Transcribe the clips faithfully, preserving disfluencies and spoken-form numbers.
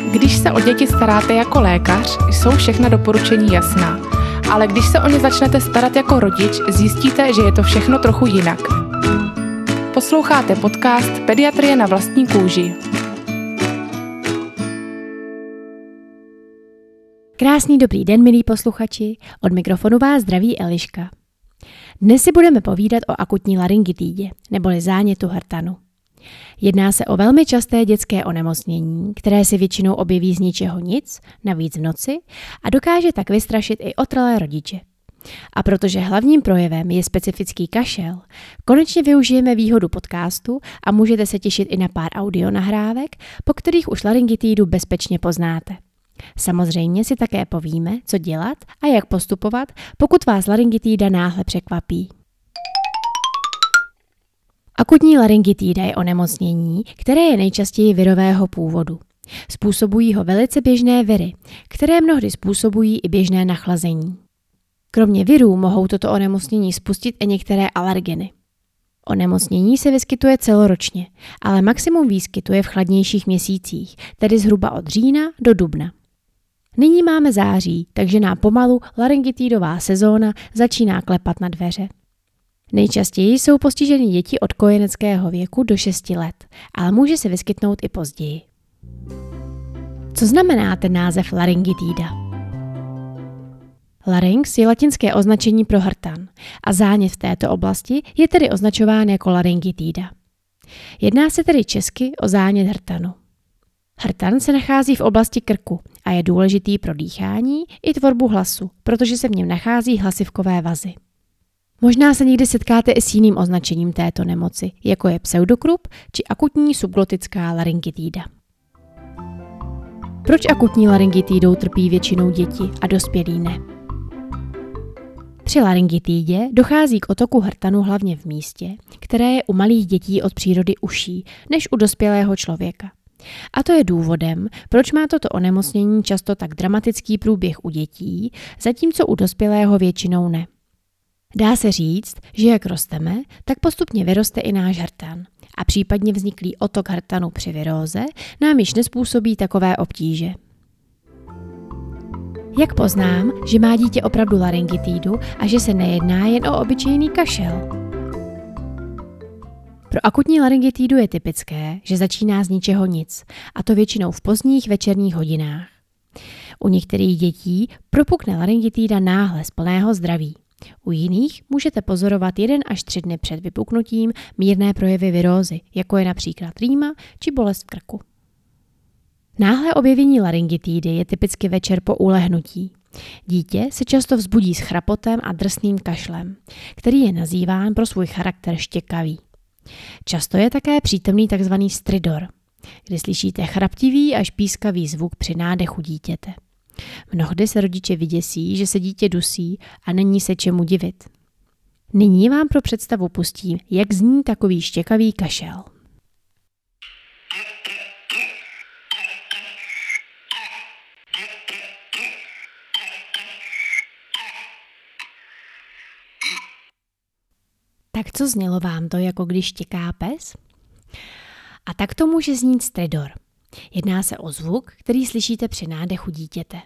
Když se o děti staráte jako lékař, jsou všechna doporučení jasná. Ale když se o ně začnete starat jako rodič, zjistíte, že je to všechno trochu jinak. Posloucháte podcast Pediatrie na vlastní kůži. Krásný dobrý den, milí posluchači, od mikrofonu vás zdraví Eliška. Dnes si budeme povídat o akutní laryngitidě, neboli zánětu hrtanu. Jedná se o velmi časté dětské onemocnění, které se většinou objeví z ničeho nic, navíc v noci, a dokáže tak vystrašit i otrlé rodiče. A protože hlavním projevem je specifický kašel, konečně využijeme výhodu podcastu a můžete se těšit i na pár audionahrávek, po kterých už laryngitidu bezpečně poznáte. Samozřejmě si také povíme, co dělat a jak postupovat, pokud vás laryngitida náhle překvapí. Akutní laryngitida je onemocnění, které je nejčastěji virového původu. Způsobují ho velice běžné viry, které mnohdy způsobují i běžné nachlazení. Kromě virů mohou toto onemocnění spustit i některé alergeny. Onemocnění se vyskytuje celoročně, ale maximum výskytu je v chladnějších měsících, tedy zhruba od října do dubna. Nyní máme září, takže nám pomalu laryngitidová sezóna začíná klepat na dveře. Nejčastěji jsou postiženy děti od kojeneckého věku do šesti let, ale může se vyskytnout i později. Co znamená ten název laryngitida? Larynx je latinské označení pro hrtan a zánět v této oblasti je tedy označován jako laryngitida. Jedná se tedy česky o zánět hrtanu. Hrtan se nachází v oblasti krku a je důležitý pro dýchání i tvorbu hlasu, protože se v něm nachází hlasivkové vazy. Možná se někdy setkáte i s jiným označením této nemoci, jako je pseudokrup či akutní subglotická laryngitida. Proč akutní laryngitidou trpí většinou děti a dospělí ne? Při laryngitidě dochází k otoku hrtanu hlavně v místě, které je u malých dětí od přírody užší než u dospělého člověka. A to je důvodem, proč má toto onemocnění často tak dramatický průběh u dětí, zatímco u dospělého většinou ne. Dá se říct, že jak rosteme, tak postupně vyroste i náš hrtan a případně vzniklý otok hrtanu při viróze nám již nezpůsobí takové obtíže. Jak poznám, že má dítě opravdu laryngitidu a že se nejedná jen o obyčejný kašel? Pro akutní laryngitidu je typické, že začíná z ničeho nic, a to většinou v pozdních večerních hodinách. U některých dětí propukne laryngitida náhle z plného zdraví. U jiných můžete pozorovat jeden až tři dny před vypuknutím mírné projevy virózy, jako je například rýma či bolest v krku. Náhlé objevení laryngitidy je typicky večer po ulehnutí. Dítě se často vzbudí s chrapotem a drsným kašlem, který je nazýván pro svůj charakter štěkavý. Často je také přítomný tzv. Stridor, kdy slyšíte chraptivý až pískavý zvuk při nádechu dítěte. Mnohdy se rodiče vyděsí, že se dítě dusí a není se čemu divit. Nyní vám pro představu pustím, jak zní takový štěkavý kašel. Tak co znělo vám to, jako když štěká pes? A tak to může znít stridor. Jedná se o zvuk, který slyšíte při nádechu dítěte.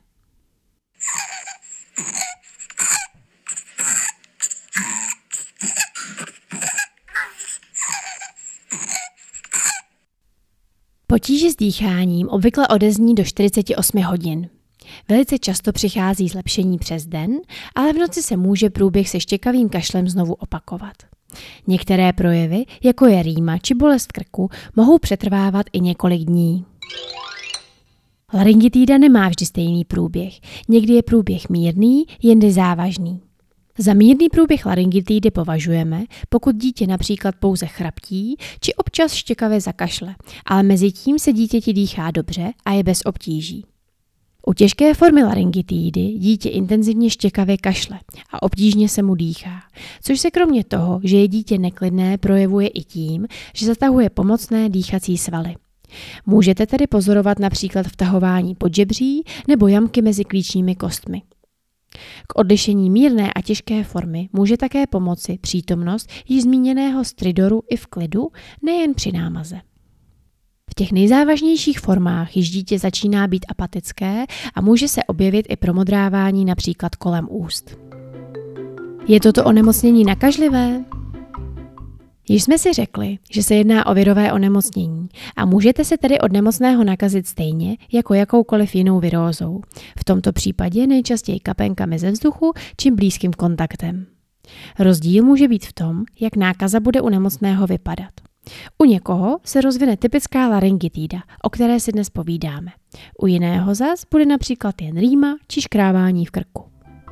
Potíže s dýcháním obvykle odezní do čtyřicet osm hodin. Velice často přichází zlepšení přes den, ale v noci se může průběh se štěkavým kašlem znovu opakovat. Některé projevy, jako je rýma či bolest krku, mohou přetrvávat i několik dní. Laryngitida nemá vždy stejný průběh. Někdy je průběh mírný, jindy závažný. Za mírný průběh laryngitidy považujeme, pokud dítě například pouze chraptí či občas štěkavě zakašle, ale mezi tím se dítěti dýchá dobře a je bez obtíží. U těžké formy laryngitidy dítě intenzivně štěkavě kašle a obtížně se mu dýchá, což se kromě toho, že je dítě neklidné, projevuje i tím, že zatahuje pomocné dýchací svaly. Můžete tedy pozorovat například vtahování podžebří nebo jamky mezi klíčními kostmi. K odlišení mírné a těžké formy může také pomoci přítomnost již zmíněného stridoru i v klidu, nejen při námaze. V těch nejzávažnějších formách již dítě začíná být apatické a může se objevit i promodrávání například kolem úst. Je toto onemocnění nakažlivé? Již jsme si řekli, že se jedná o virové onemocnění a můžete se tedy od nemocného nakazit stejně jako jakoukoliv jinou virózou. V tomto případě nejčastěji kapénkami ze vzduchu či blízkým kontaktem. Rozdíl může být v tom, jak nákaza bude u nemocného vypadat. U někoho se rozvine typická laryngitída, o které si dnes povídáme. U jiného zas bude například jen rýma či škrábání v krku.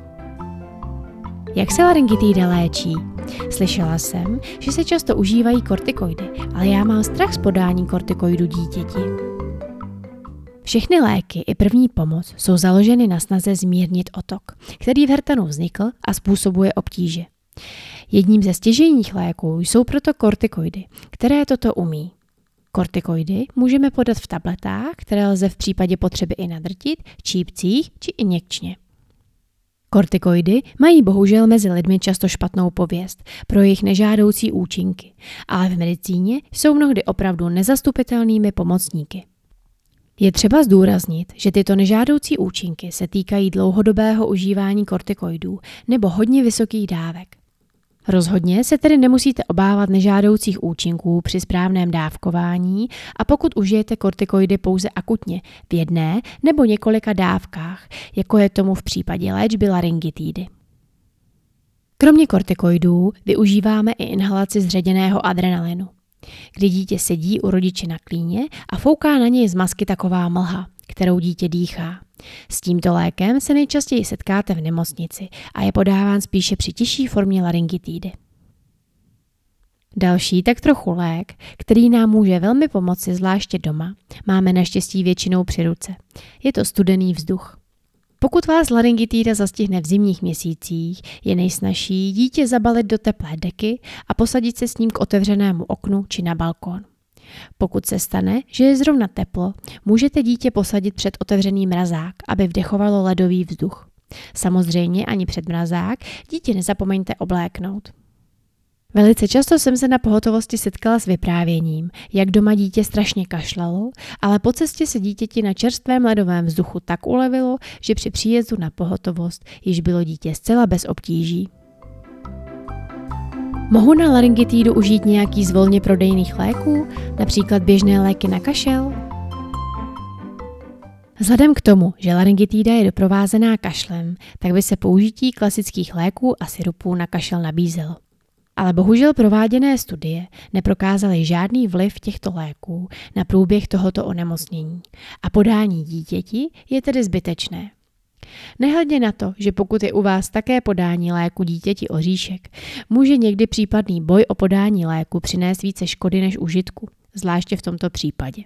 Jak se laryngitída léčí? Slyšela jsem, že se často užívají kortikoidy, ale já mám strach z podání kortikoidu dítěti. Všechny léky i první pomoc jsou založeny na snaze zmírnit otok, který v hrtanu vznikl a způsobuje obtíže. Jedním ze stěžejních léků jsou proto kortikoidy, které toto umí. Kortikoidy můžeme podat v tabletách, které lze v případě potřeby i nadrtit, čípcích či injekčně. Kortikoidy mají bohužel mezi lidmi často špatnou pověst pro jejich nežádoucí účinky, ale v medicíně jsou mnohdy opravdu nezastupitelnými pomocníky. Je třeba zdůraznit, že tyto nežádoucí účinky se týkají dlouhodobého užívání kortikoidů nebo hodně vysokých dávek. Rozhodně se tedy nemusíte obávat nežádoucích účinků při správném dávkování a pokud užijete kortikoidy pouze akutně v jedné nebo několika dávkách, jako je tomu v případě léčby laryngitídy. Kromě kortikoidů využíváme i inhalaci zředěného adrenalinu, kdy dítě sedí u rodiče na klíně a fouká na něj z masky taková mlha, kterou dítě dýchá. S tímto lékem se nejčastěji setkáte v nemocnici a je podáván spíše při těžší formě laryngitídy. Další tak trochu lék, který nám může velmi pomoci zvláště doma, máme naštěstí většinou při ruce. Je to studený vzduch. Pokud vás laryngitída zastihne v zimních měsících, je nejsnažší dítě zabalit do teplé deky a posadit se s ním k otevřenému oknu či na balkón. Pokud se stane, že je zrovna teplo, můžete dítě posadit před otevřený mrazák, aby vdechovalo ledový vzduch. Samozřejmě ani před mrazák dítě nezapomeňte obléknout. Velice často jsem se na pohotovosti setkala s vyprávěním, jak doma dítě strašně kašlalo, ale po cestě se dítěti na čerstvém ledovém vzduchu tak ulevilo, že při příjezdu na pohotovost již bylo dítě zcela bez obtíží. Mohu na laryngitídu užít nějaký z volně prodejných léků, například běžné léky na kašel? Vzhledem k tomu, že laryngitída je doprovázená kašlem, tak by se použití klasických léků a sirupů na kašel nabízelo. Ale bohužel prováděné studie neprokázaly žádný vliv těchto léků na průběh tohoto onemocnění a podání dítěti je tedy zbytečné. Nehledě na to, že pokud je u vás také podání léku dítěti oříšek, může někdy případný boj o podání léku přinést více škody než užitku, zvláště v tomto případě.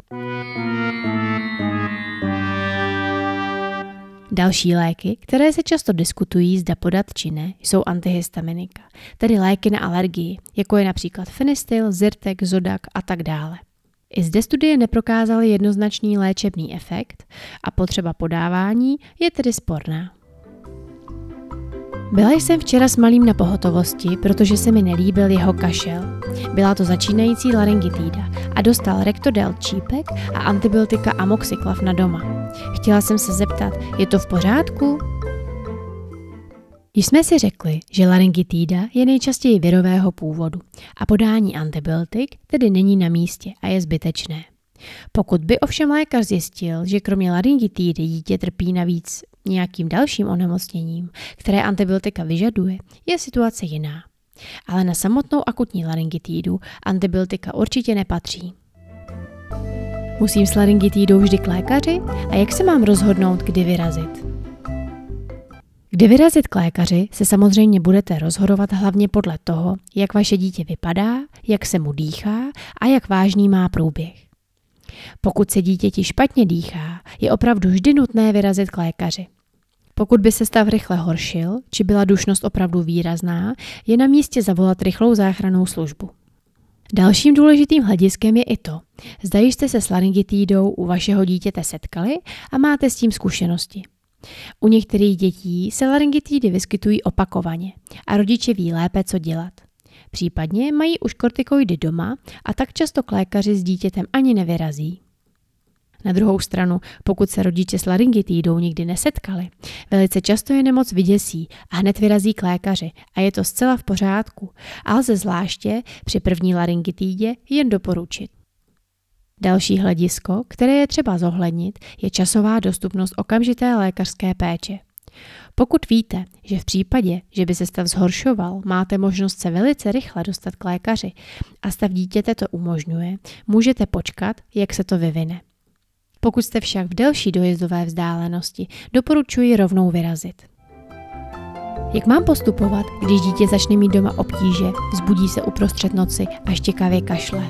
Další léky, které se často diskutují, zda podat či ne, jsou antihistaminika, tedy léky na alergii, jako je například Fenistil, Zyrtec, Zodac a tak dále. I zde studie neprokázaly jednoznačný léčebný efekt a potřeba podávání je tedy sporná. Byla jsem včera s malým na pohotovosti, protože se mi nelíbil jeho kašel. Byla to začínající laryngitída a dostal Rectodel čípek a antibiotika Amoxiclav na doma. Chtěla jsem se zeptat, je to v pořádku? Již jsme si řekli, že laryngitída je nejčastěji virového původu a podání antibiotik tedy není na místě a je zbytečné. Pokud by ovšem lékař zjistil, že kromě laryngitidy dítě trpí navíc nějakým dalším onemocněním, které antibiotika vyžaduje, je situace jiná. Ale na samotnou akutní laryngitidu antibiotika určitě nepatří. Musím s laryngitidou vždy k lékaři a jak se mám rozhodnout, kdy vyrazit? Kdy vyrazit k lékaři se samozřejmě budete rozhodovat hlavně podle toho, jak vaše dítě vypadá, jak se mu dýchá a jak vážný má průběh. Pokud se dítěti špatně dýchá, je opravdu vždy nutné vyrazit k lékaři. Pokud by se stav rychle horšil, či byla dušnost opravdu výrazná, je na místě zavolat rychlou záchrannou službu. Dalším důležitým hlediskem je i to, zda jste se s laryngitidou u vašeho dítěte setkali a máte s tím zkušenosti. U některých dětí se laryngitidy vyskytují opakovaně a rodiče ví lépe, co dělat. Případně mají už kortikoidy doma a tak často k lékaři s dítětem ani nevyrazí. Na druhou stranu, pokud se rodiče s laryngitidou nikdy nesetkali, velice často je nemoc vyděsí a hned vyrazí k lékaři a je to zcela v pořádku a lze zvláště při první laryngitidě jen doporučit. Další hledisko, které je třeba zohlednit, je časová dostupnost okamžité lékařské péče. Pokud víte, že v případě, že by se stav zhoršoval, máte možnost se velice rychle dostat k lékaři a stav dítěte to umožňuje, můžete počkat, jak se to vyvine. Pokud jste však v delší dojezdové vzdálenosti, doporučuji rovnou vyrazit. Jak mám postupovat, když dítě začne mít doma obtíže, vzbudí se uprostřed noci a štěkavě kašle?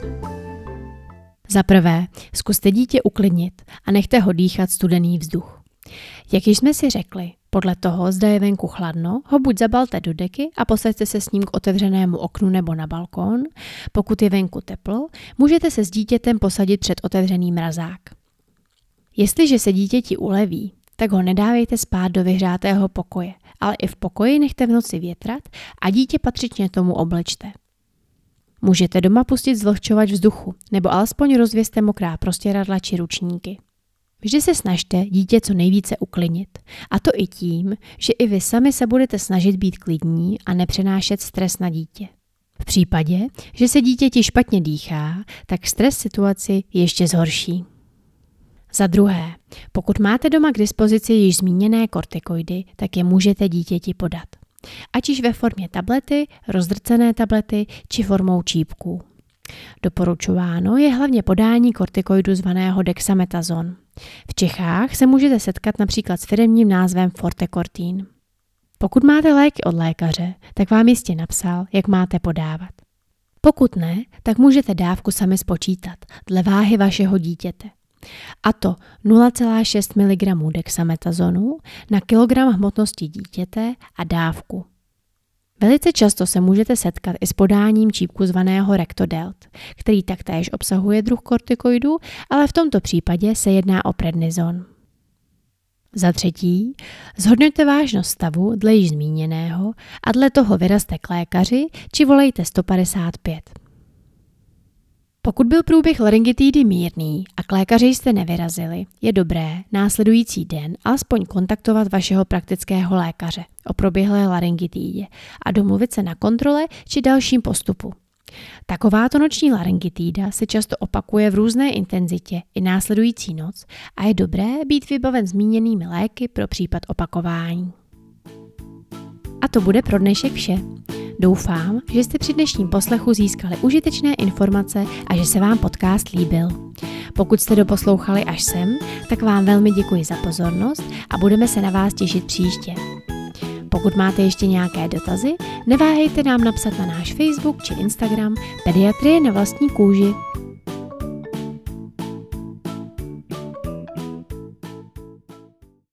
Za prvé, zkuste dítě uklidnit a nechte ho dýchat studený vzduch. Jak již jsme si řekli, podle toho, zda je venku chladno, ho buď zabalte do deky a posaďte se s ním k otevřenému oknu nebo na balkón. Pokud je venku teplo, můžete se s dítětem posadit před otevřený mrazák. Jestliže se dítěti uleví, tak ho nedávejte spát do vyhřátého pokoje, ale i v pokoji nechte v noci větrat a dítě patřičně tomu oblečte. Můžete doma pustit zvlhčovač vzduchu nebo alespoň rozvěste mokrá prostěradla či ručníky. Vždy se snažte dítě co nejvíce uklidnit. A to i tím, že i vy sami se budete snažit být klidní a nepřenášet stres na dítě. V případě, že se dítěti špatně dýchá, tak stres situaci ještě zhorší. Za druhé, pokud máte doma k dispozici již zmíněné kortikoidy, tak je můžete dítěti podat. Ať již ve formě tablety, rozdrcené tablety či formou čípků. Doporučováno je hlavně podání kortikoidu zvaného dexametazon. V Čechách se můžete setkat například s firemním názvem Fortekortin. Pokud máte léky od lékaře, tak vám jistě napsal, jak máte podávat. Pokud ne, tak můžete dávku sami spočítat dle váhy vašeho dítěte. A to nula celá šest miligramu dexametazonu na kilogram hmotnosti dítěte a dávku. Velice často se můžete setkat i s podáním čípku zvaného Rectodelt, který taktéž obsahuje druh kortikoidů, ale v tomto případě se jedná o prednizon. Za třetí, zhodnoťte vážnost stavu dle již zmíněného a dle toho vyrazte k lékaři či volejte sto padesát pět. Pokud byl průběh laryngitidy mírný a k lékaři jste nevyrazili, je dobré následující den alespoň kontaktovat vašeho praktického lékaře o proběhlé laryngitidě a domluvit se na kontrole či dalším postupu. Takováto noční laryngitida se často opakuje v různé intenzitě i následující noc a je dobré být vybaven zmíněnými léky pro případ opakování. A to bude pro dnešek vše. Doufám, že jste při dnešním poslechu získali užitečné informace a že se vám podcast líbil. Pokud jste doposlouchali až sem, tak vám velmi děkuji za pozornost a budeme se na vás těšit příště. Pokud máte ještě nějaké dotazy, neváhejte nám napsat na náš Facebook či Instagram Pediatrie na vlastní kůži.